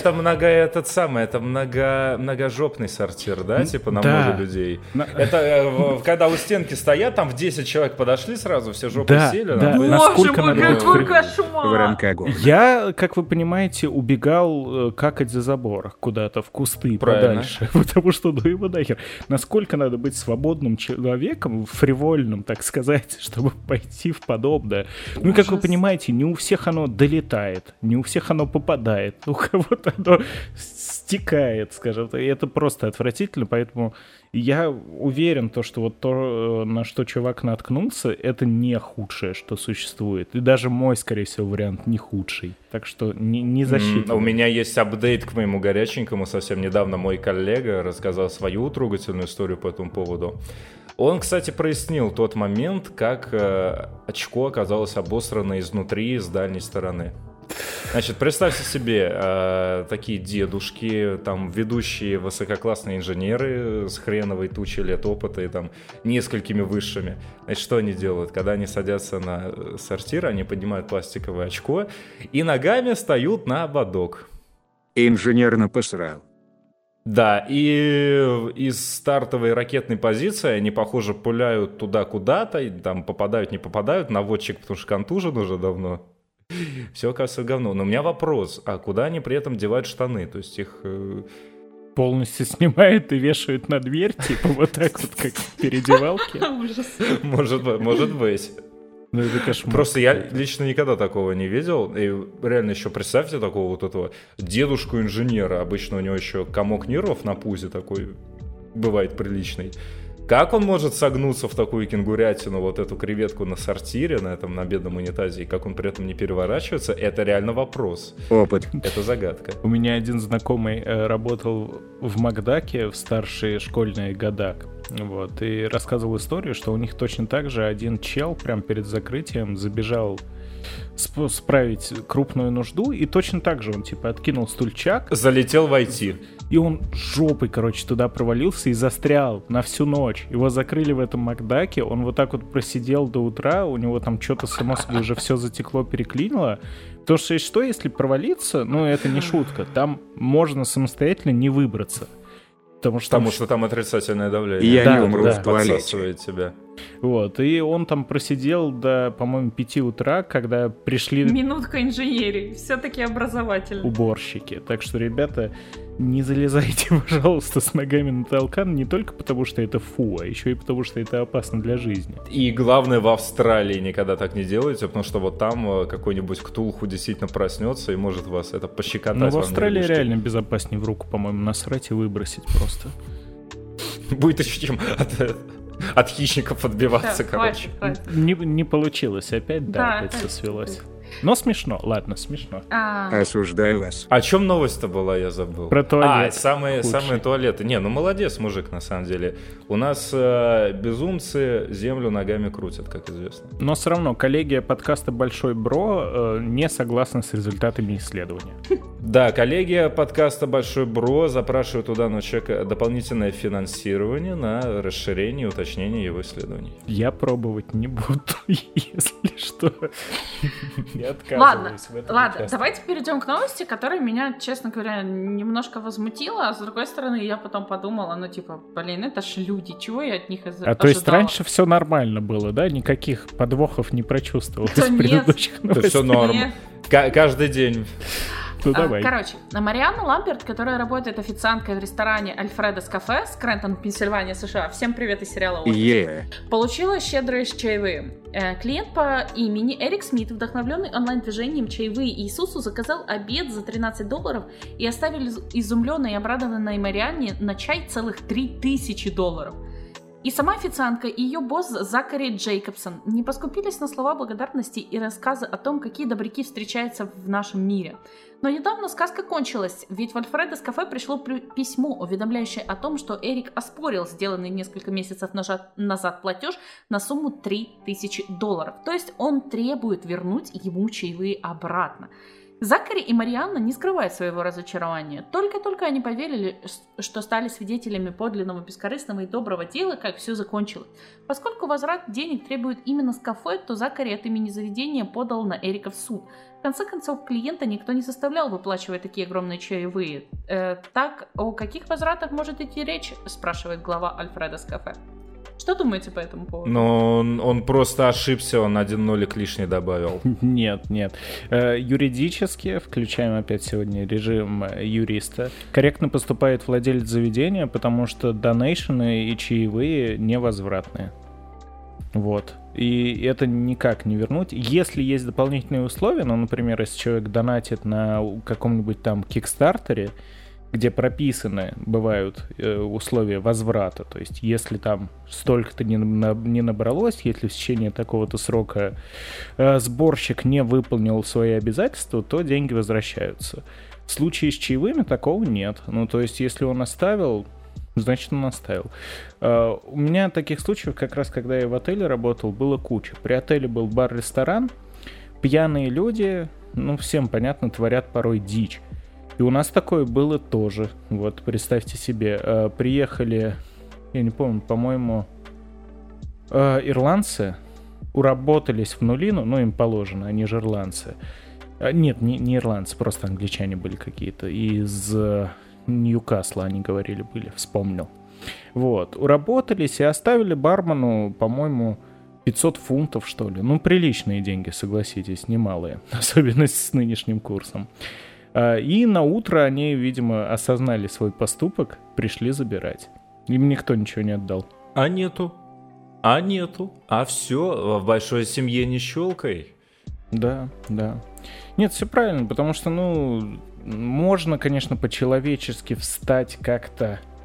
Это многожопный сортир, да? На много людей. Это когда у стенки стоят, там в 10 человек подошли сразу, все жопы сели. Да. Боже мой, какой В кошмар! ранкогон. Я, как вы понимаете, убегал какать за забор куда-то в кусты подальше, потому что его нахер. Насколько надо быть свободным человеком, фривольным, так сказать, чтобы пойти в подобное. Как вы понимаете, не у всех оно долетает, не у всех оно попадает, у кого-то оно стекает, скажем так, и это просто отвратительно, поэтому я уверен, что то, на что чувак наткнулся, это не худшее, что существует, и даже мой, скорее всего, вариант не худший, так что не засчитывай. У меня есть апдейт к моему горяченькому, совсем недавно мой коллега рассказал свою трогательную историю по этому поводу. Он, кстати, прояснил тот момент, как очко оказалось обосрано изнутри, с дальней стороны. Значит, представьте себе, такие дедушки, там, ведущие высококлассные инженеры с хреновой тучей лет опыта и там несколькими высшими. Значит, что они делают? Когда они садятся на сортир, они поднимают пластиковое очко и ногами встают на ободок. Инженерно посрал. Да, и из стартовой ракетной позиции они, похоже, пуляют туда куда-то, и там попадают, не попадают, наводчик, потому что контужен уже давно. Все оказывается говно. Но у меня вопрос, а куда они при этом девают штаны? То есть их... Полностью снимают и вешают на дверь, вот так вот, как в переодевалке. Ужас. Может быть. Это кошмар. Просто я лично никогда такого не видел. И реально еще представьте такого вот этого дедушку-инженера. Обычно у него еще комок нервов на пузе такой бывает приличный. Как он может согнуться в такую кенгурятину, вот эту креветку на сортире, на бедном унитазе, и как он при этом не переворачивается, это реально вопрос. Опыт. Это загадка. У меня один знакомый работал в Макдаке в старшие школьные года. Вот, и рассказывал историю, что у них точно так же один чел прям перед закрытием забежал справить крупную нужду, и точно так же он типа откинул стульчак. Залетел в IT. И он жопой, короче, туда провалился и застрял на всю ночь. Его закрыли в этом Макдаке, он вот так вот просидел до утра, у него там что-то само собой уже все затекло, переклинило. Потому что если провалиться, ну это не шутка, там можно самостоятельно не выбраться. Потому что там отрицательное давление. Я не умру в туалете. Подсасывает тебя. Вот, и он там просидел до, по-моему, 5 утра, когда пришли... Минутка инженерии, все-таки образовательно. Уборщики. Так что, ребята, не залезайте, пожалуйста, с ногами на толкан, не только потому, что это фу, а еще и потому, что это опасно для жизни. И главное, в Австралии никогда так не делайте, потому что вот там какой-нибудь ктулху действительно проснется и может вас это пощекотать. Но в Австралии реально безопаснее в руку, по-моему, насрать и выбросить просто. Будет еще чем от хищников отбиваться, Да, короче. хватит. Не получилось опять, Да, опять все опять. свелось. Но смешно, ладно, смешно. Осуждаю вас. О чем новость-то была, я забыл. Про туалет. Самые туалеты. Не, ну молодец, мужик, на самом деле. У нас безумцы землю ногами крутят, как известно. Но все равно коллегия подкаста «Большой Бро» не согласна с результатами исследования. Да, коллегия подкаста «Большой Бро» запрашивает у данного человека дополнительное финансирование на расширение и уточнение его исследований. Я пробовать не буду, если что. Я отказываюсь в этом Ладно, участвовать. давайте перейдем к новости, которая меня, честно говоря, немножко возмутила, а с другой стороны, я потом подумала, блин, это ж люди, чего я от них ожидала? А то есть раньше все нормально было, да? Никаких подвохов не прочувствовалось Да в нет. предыдущих Это новостях? все норм. Нет. Каждый день. Ну давай. Короче, Марианна Ламберт, которая работает официанткой в ресторане Альфредос Кафе, Скрэнтон, Пенсильвания, США, всем привет из сериала «Офис», получила щедрые чаевые. Клиент по имени Эрик Смит, вдохновленный онлайн-движением «Чаевые Иисусу», заказал обед за $13 и оставили изумленной и обрадованной Марианне на чай целых $3000. И сама официантка и ее босс Закари Джейкобсон не поскупились на слова благодарности и рассказы о том, какие добряки встречаются в нашем мире. Но недавно сказка кончилась, ведь в Альфредос Кафе пришло письмо, уведомляющее о том, что Эрик оспорил сделанный несколько месяцев назад платеж на сумму $3000. То есть он требует вернуть ему чаевые обратно. Закари и Марианна не скрывают своего разочарования. Только-только они поверили, что стали свидетелями подлинного, бескорыстного и доброго дела, как все закончилось. Поскольку возврат денег требует именно с кафе, то Закари от имени заведения подал на Эрика в суд. В конце концов, клиента никто не заставлял выплачивать такие огромные чаевые. Так, о каких возвратах может идти речь? Спрашивает глава Альфредос Кафе. Что думаете по этому поводу? Но он просто ошибся, он 1 нолик лишний добавил. Нет. Юридически, включаем опять сегодня режим юриста, корректно поступает владелец заведения, потому что донейшены и чаевые невозвратные. Вот. И это никак не вернуть. Если есть дополнительные условия, например, если человек донатит на каком-нибудь там Кикстартере, где прописаны, бывают условия возврата, то есть если там столько-то не набралось, если в течение такого-то срока сборщик не выполнил свои обязательства, то деньги возвращаются. В случае с чаевыми такого нет. То есть если он оставил, значит он оставил. У меня таких случаев, как раз когда я в отеле работал, было куча. При отеле был бар-ресторан, пьяные люди, всем понятно, творят порой дичь. И у нас такое было тоже. Вот, представьте себе, приехали, я не помню, по-моему, ирландцы, уработались в нулину, им положено, они же ирландцы. Нет, не ирландцы, просто англичане были какие-то. Из Ньюкасла они говорили, были, вспомнил. Вот, уработались и оставили бармену, по-моему, 500 фунтов, что ли. Приличные деньги, согласитесь, немалые, особенно с нынешним курсом. И на утро они, видимо, осознали свой поступок, пришли забирать. Им никто ничего не отдал. А нету. А все, в большой семье не щелкай. Да. Нет, все правильно, потому что, можно, конечно, по-человечески встать как-то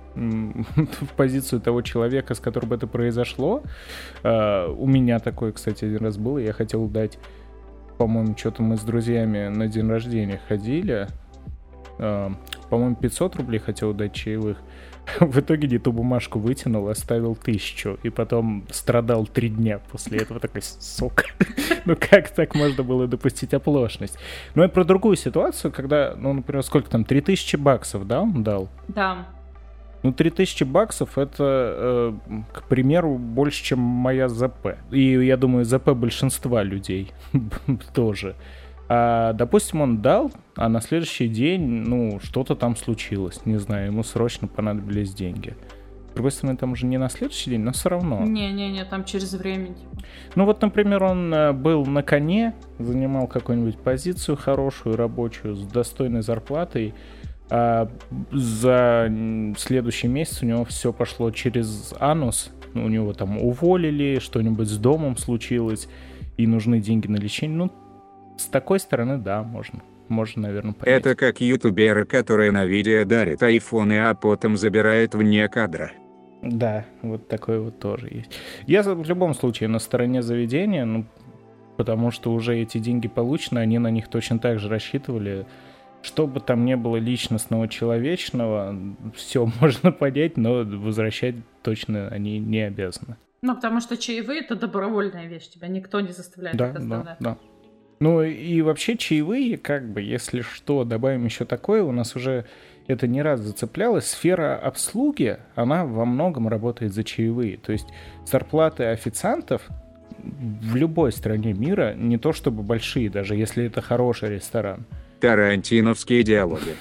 в позицию того человека, с которым это произошло. У меня такое, кстати, один раз было. Я хотел дать, по-моему, что-то мы с друзьями на день рождения ходили. По-моему, 500 рублей хотел дать чаевых. В итоге не ту бумажку вытянул, оставил 1000. И потом страдал 3 дня после этого. Такой, сука. Ну как так можно было допустить оплошность? Ну это про другую ситуацию, когда, ну, например, сколько там, 3000 баксов, да, он дал? Да. Ну, 3000 баксов это, к примеру, больше, чем моя ЗП. И я думаю, ЗП большинства людей тоже. А, допустим, он дал, а на следующий день, ну, что-то там случилось. Не знаю, ему срочно понадобились деньги. С другой стороны, там уже не на следующий день, но все равно. Не-не-не, там через время. Типа. Ну вот, например, он был на коне, занимал какую-нибудь позицию хорошую, рабочую, с достойной зарплатой, а за следующий месяц у него все пошло через анус. У него там уволили, что-нибудь с домом случилось, и нужны деньги на лечение. Ну, с такой стороны, да, можно, наверное, понять. Это как ютуберы, которые на видео дарят айфоны, а потом забирают вне кадра. Да, вот такое вот тоже есть. Я в любом случае на стороне заведения, ну, потому что уже эти деньги получены, они на них точно так же рассчитывали. Что бы там ни было личностного, человечного, все можно понять, но возвращать точно они не обязаны. Ну, потому что чаевые — это добровольная вещь, тебя никто не заставляет их оставлять. Да. Ну и вообще чаевые, как бы, если что, добавим еще такое, у нас уже это не раз зацеплялось, сфера обслуги, она во многом работает за чаевые. То есть зарплаты официантов в любой стране мира не то чтобы большие, даже если это хороший ресторан. Тарантиновские диалоги.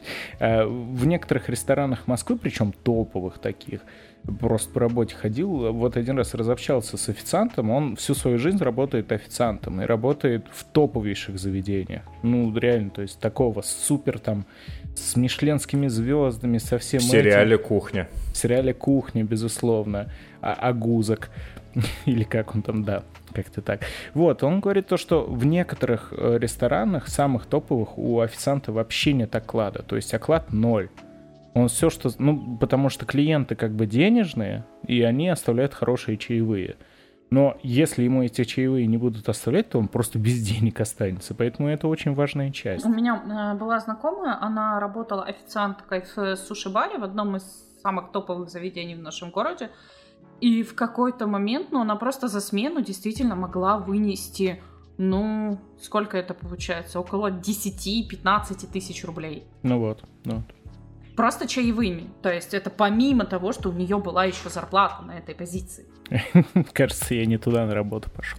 В некоторых ресторанах Москвы, причем топовых таких, просто по работе ходил, вот один раз разобщался с официантом, он всю свою жизнь работает официантом и работает в топовейших заведениях. Ну, реально, то есть такого супер там, с мишленскими звездами, со всем этим. В сериале «Кухня». В сериале «Кухня», безусловно. Агузок. Или как он там, да, как-то так. Вот, он говорит то, что в некоторых ресторанах, самых топовых, у официанта вообще нет оклада. То есть оклад 0. Он все, что... Ну, потому что клиенты как бы денежные, и они оставляют хорошие чаевые. Но если ему эти чаевые не будут оставлять, то он просто без денег останется. Поэтому это очень важная часть. У меня была знакомая, она работала официанткой в суши-баре в одном из самых топовых заведений в нашем городе. И в какой-то момент, ну, она просто за смену действительно могла вынести, ну, сколько это получается? Около 10-15 тысяч рублей. Ну вот. Просто чаевыми. То есть это помимо того, что у нее была еще зарплата на этой позиции. Кажется, я не туда на работу пошел.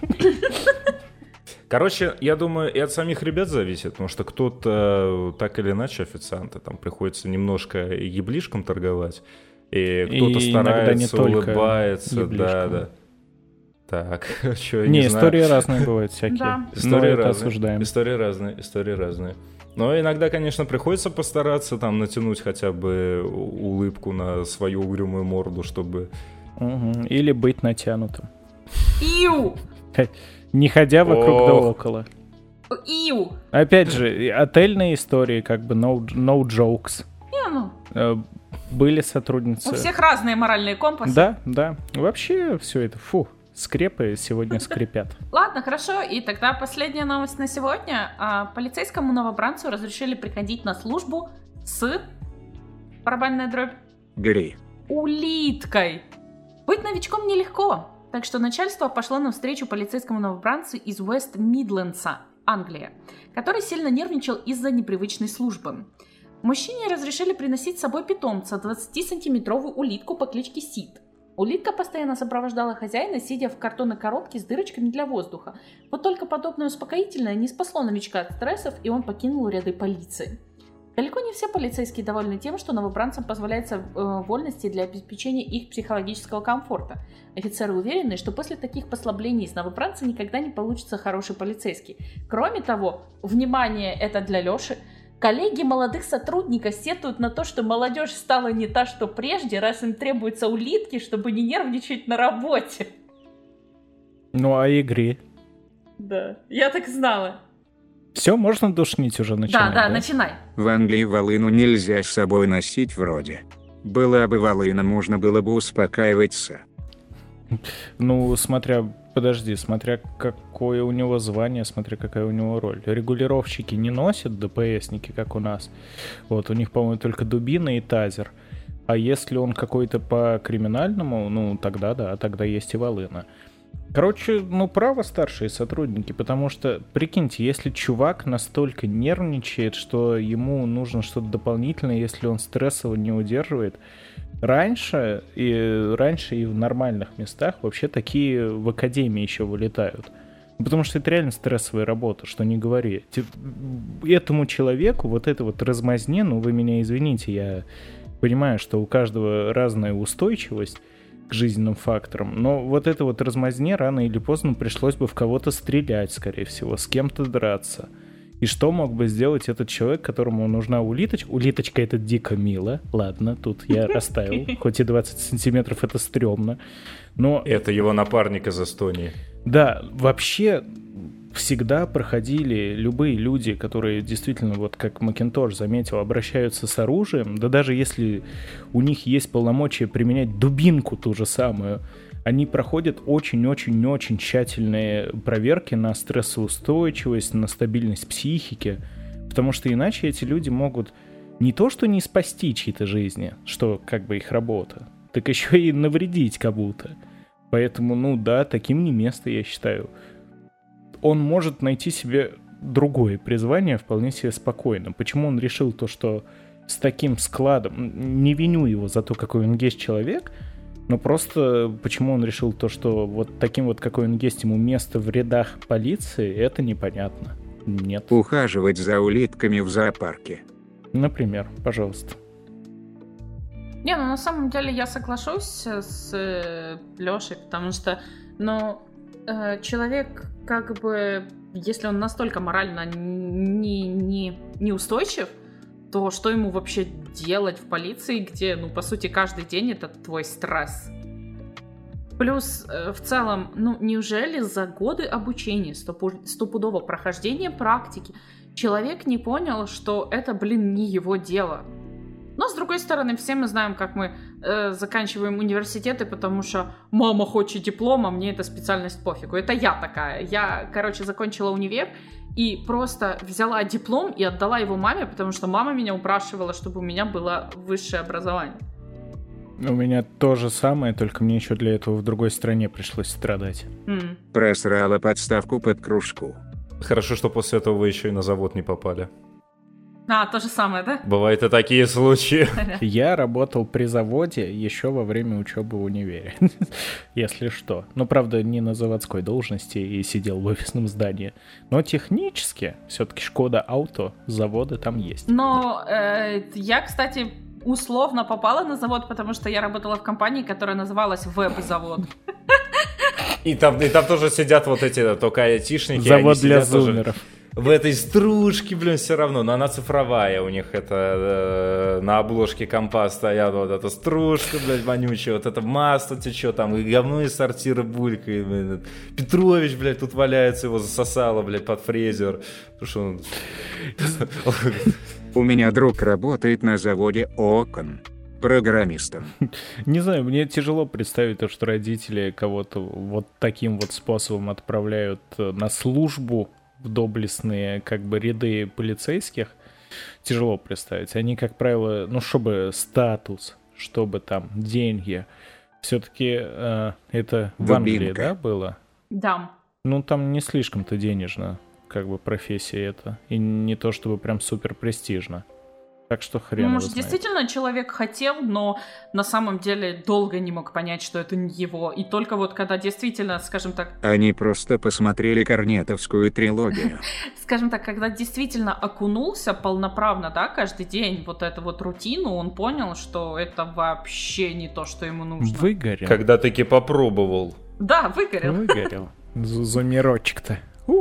Короче, я думаю, и от самих ребят зависит, потому что кто-то так или иначе официанты, там приходится немножко еблишком торговать. И кто-то старается, улыбается, да. Так, что я не знаю. Истории разные бывают всякие. Да. Истории разные. Но иногда, конечно, приходится постараться там натянуть хотя бы улыбку на свою угрюмую морду, чтобы... Или быть натянутым. Иу! Не ходя вокруг да около. Иу! Опять же, отельные истории, как бы no jokes. Были сотрудницы. У всех разные моральные компасы. Да. Вообще все это, скрепы сегодня скрипят. Ладно, хорошо. И тогда последняя новость на сегодня. Полицейскому новобранцу разрешили приходить на службу с... Барабанная дробь. Гри. Улиткой. Быть новичком нелегко. Так что начальство пошло навстречу полицейскому новобранцу из Уэст-Мидлендса, Англия, который сильно нервничал из-за непривычной службы. Мужчине разрешили приносить с собой питомца, 20-сантиметровую улитку по кличке Сид. Улитка постоянно сопровождала хозяина, сидя в картонной коробке с дырочками для воздуха. Вот только подобное успокоительное не спасло новичка от стрессов, и он покинул ряды полиции. Далеко не все полицейские довольны тем, что новобранцам позволяются вольности для обеспечения их психологического комфорта. Офицеры уверены, что после таких послаблений из новобранца никогда не получится хороший полицейский. Кроме того, внимание, это для Лёши, коллеги молодых сотрудников сетуют на то, что молодежь стала не та, что прежде, раз им требуются улитки, чтобы не нервничать на работе. Ну, а игре? Да, я так знала. Все, можно душнить уже начинать? Да, начинай. В Англии волыну нельзя с собой носить вроде. Была бы Волына, можно было бы успокаиваться. Ну, смотря какое у него звание, смотря какая у него роль. Регулировщики не носят ДПСники, как у нас. Вот, у них, по-моему, только дубина и тазер. А если он какой-то по криминальному, ну, тогда да, тогда есть и Волына. Короче, ну, право старшие сотрудники, потому что, прикиньте, если чувак настолько нервничает, что ему нужно что-то дополнительное, если он стрессово не удерживает, раньше и в нормальных местах вообще такие в академии еще вылетают. Потому что это реально стрессовая работа, что не говори. Этому человеку вот это вот размазне, ну, вы меня извините, я понимаю, что у каждого разная устойчивость к жизненным факторам, но вот это вот размазне рано или поздно пришлось бы в кого-то стрелять, скорее всего, с кем-то драться. И что мог бы сделать этот человек, которому нужна улиточка? Улиточка — это дико мило. Ладно, тут я расставил. Хоть и 20 сантиметров — это стрёмно. Но... Это его напарник из Эстонии. Да, вообще всегда проходили любые люди, которые действительно, вот как Макинтош заметил, обращаются с оружием, да даже если у них есть полномочия применять дубинку ту же самую, они проходят очень-очень-очень тщательные проверки на стрессоустойчивость, на стабильность психики, потому что иначе эти люди могут не то что не спасти чьи-то жизни, что как бы их работа, так еще и навредить кому-то. Поэтому, ну да, таким не место, я считаю. Он может найти себе другое призвание вполне себе спокойно. Почему он решил то, что с таким складом... Не виню его за то, какой он есть человек, но просто почему он решил то, что вот таким вот, какой он есть, ему место в рядах полиции, это непонятно. Нет. Ухаживать за улитками в зоопарке. Например, пожалуйста. Не, ну на самом деле я соглашусь с Лешей, потому что, ну, человек, как бы, если он настолько морально неустойчив, то что ему вообще делать в полиции, где, ну, по сути, каждый день это твой стресс? Плюс, в целом, ну, неужели за годы обучения, стопудово прохождения практики, человек не понял, что это, блин, не его дело? Но, с другой стороны, все мы знаем, как мы заканчиваем университеты, потому что мама хочет диплом, а мне эта специальность пофигу. Это я такая. Я, короче, закончила универ и просто взяла диплом и отдала его маме, потому что мама меня упрашивала, чтобы у меня было высшее образование. У меня то же самое, только мне еще для этого в другой стране пришлось страдать. Просрала подставку под кружку. Хорошо, что после этого вы еще и на завод не попали. А, то же самое, да? Бывают и такие случаи. Я работал при заводе еще во время учебы в универе, если что. Но, правда, не на заводской должности и сидел в офисном здании. Но технически все-таки Шкода Ауто, заводы там есть. Но я, кстати, условно попала на завод, потому что я работала в компании, которая называлась Веб-завод. И там тоже сидят вот эти только айтишники. Завод для зумеров. В этой стружке, блин, все равно, но она цифровая, у них это на обложке компа стоят вот эта стружка, блядь, вонючая, вот это масло течет, там и говно из сортира булькает, блядь. Петрович, блядь, тут валяется, его засосало, блядь, под фрезер. У меня друг работает на заводе окон. Программистом. Не знаю, мне тяжело представить то, что родители кого-то вот таким вот способом отправляют на службу в доблестные как бы ряды полицейских. Тяжело представить. Они, как правило, ну, чтобы статус, чтобы там деньги. Все-таки это в Англии, да, было? Да. Ну, там не слишком-то денежно, как бы, профессия эта. И не то, чтобы прям супер престижно. Так что хрен его Может, знает. действительно человек хотел, но на самом деле долго не мог понять, что это не его. И только вот когда действительно, скажем так... Они просто посмотрели корнетовскую трилогию. Скажем так, когда действительно окунулся полноправно, да, каждый день вот эту вот рутину, он понял, что это вообще не то, что ему нужно. Выгорел. Когда таки попробовал. Да, выгорел. Выгорел. Зумерочек-то.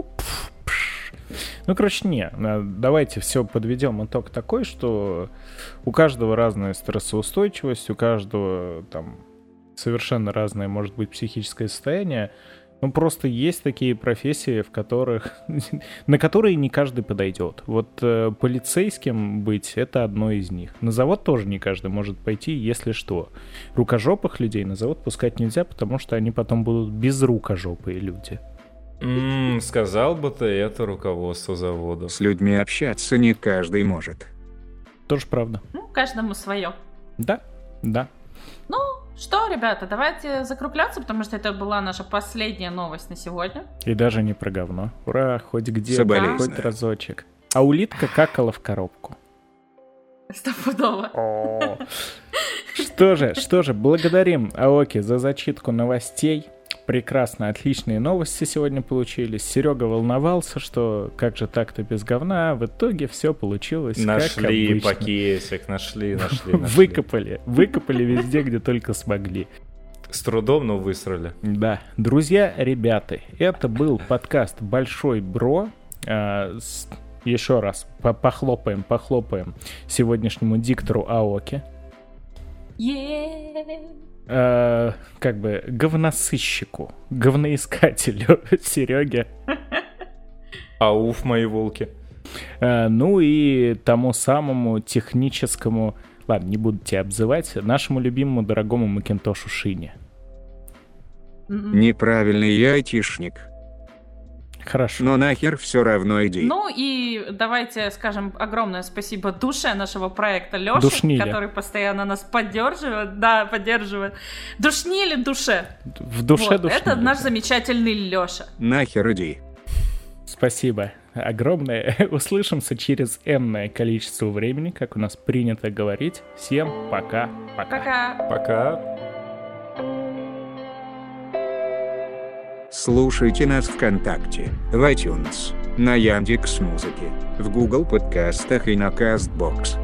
Ну, короче, давайте все подведем итог такой, что у каждого разная стрессоустойчивость, у каждого там совершенно разное может быть психическое состояние. Ну, просто есть такие профессии, на которые не каждый подойдет. Вот полицейским быть — это одно из них. На завод тоже не каждый может пойти, если что. Рукожопых людей на завод пускать нельзя, потому что они потом будут безрукожопые люди. Сказал бы ты это руководство завода. С людьми общаться не каждый может. Тоже правда. Ну, каждому свое. Да. Ну, что, ребята, давайте закругляться, потому что это была наша последняя новость на сегодня. И даже не про говно. Ура, хоть где-то, Соболезную. хоть разочек. А улитка какала в коробку. Стопудово. Что же, благодарим Аоки за зачитку новостей. Прекрасно, отличные новости сегодня получились. Серега волновался, что как же так-то без говна, а в итоге все получилось как Нашли обычно. пакетик, нашли. Выкопали везде, где только смогли. С трудом, но высрали. Да, друзья, ребята, это был подкаст «Большой Бро». Еще раз похлопаем сегодняшнему диктору Аоки. Как бы говносыщику, говноискателю Сереге. Ауф, мои волки. Ну и тому самому техническому, ладно, не буду тебя обзывать, нашему любимому дорогому Макинтошу Шине. Неправильный я айтишник. Хорошо. Но нахер все равно иди. Ну и давайте скажем огромное спасибо душе нашего проекта Лёше, Душниле. который постоянно нас поддерживает. Да, поддерживает. Душнили душе. В душе Вот, душнили. это наш замечательный Лёша. Нахер иди. Спасибо огромное. Услышимся через энное количество времени, как у нас принято говорить. Всем пока. Пока. Пока. Слушайте нас ВКонтакте, в iTunes, на Яндекс.Музыке, в Google подкастах и на Castbox.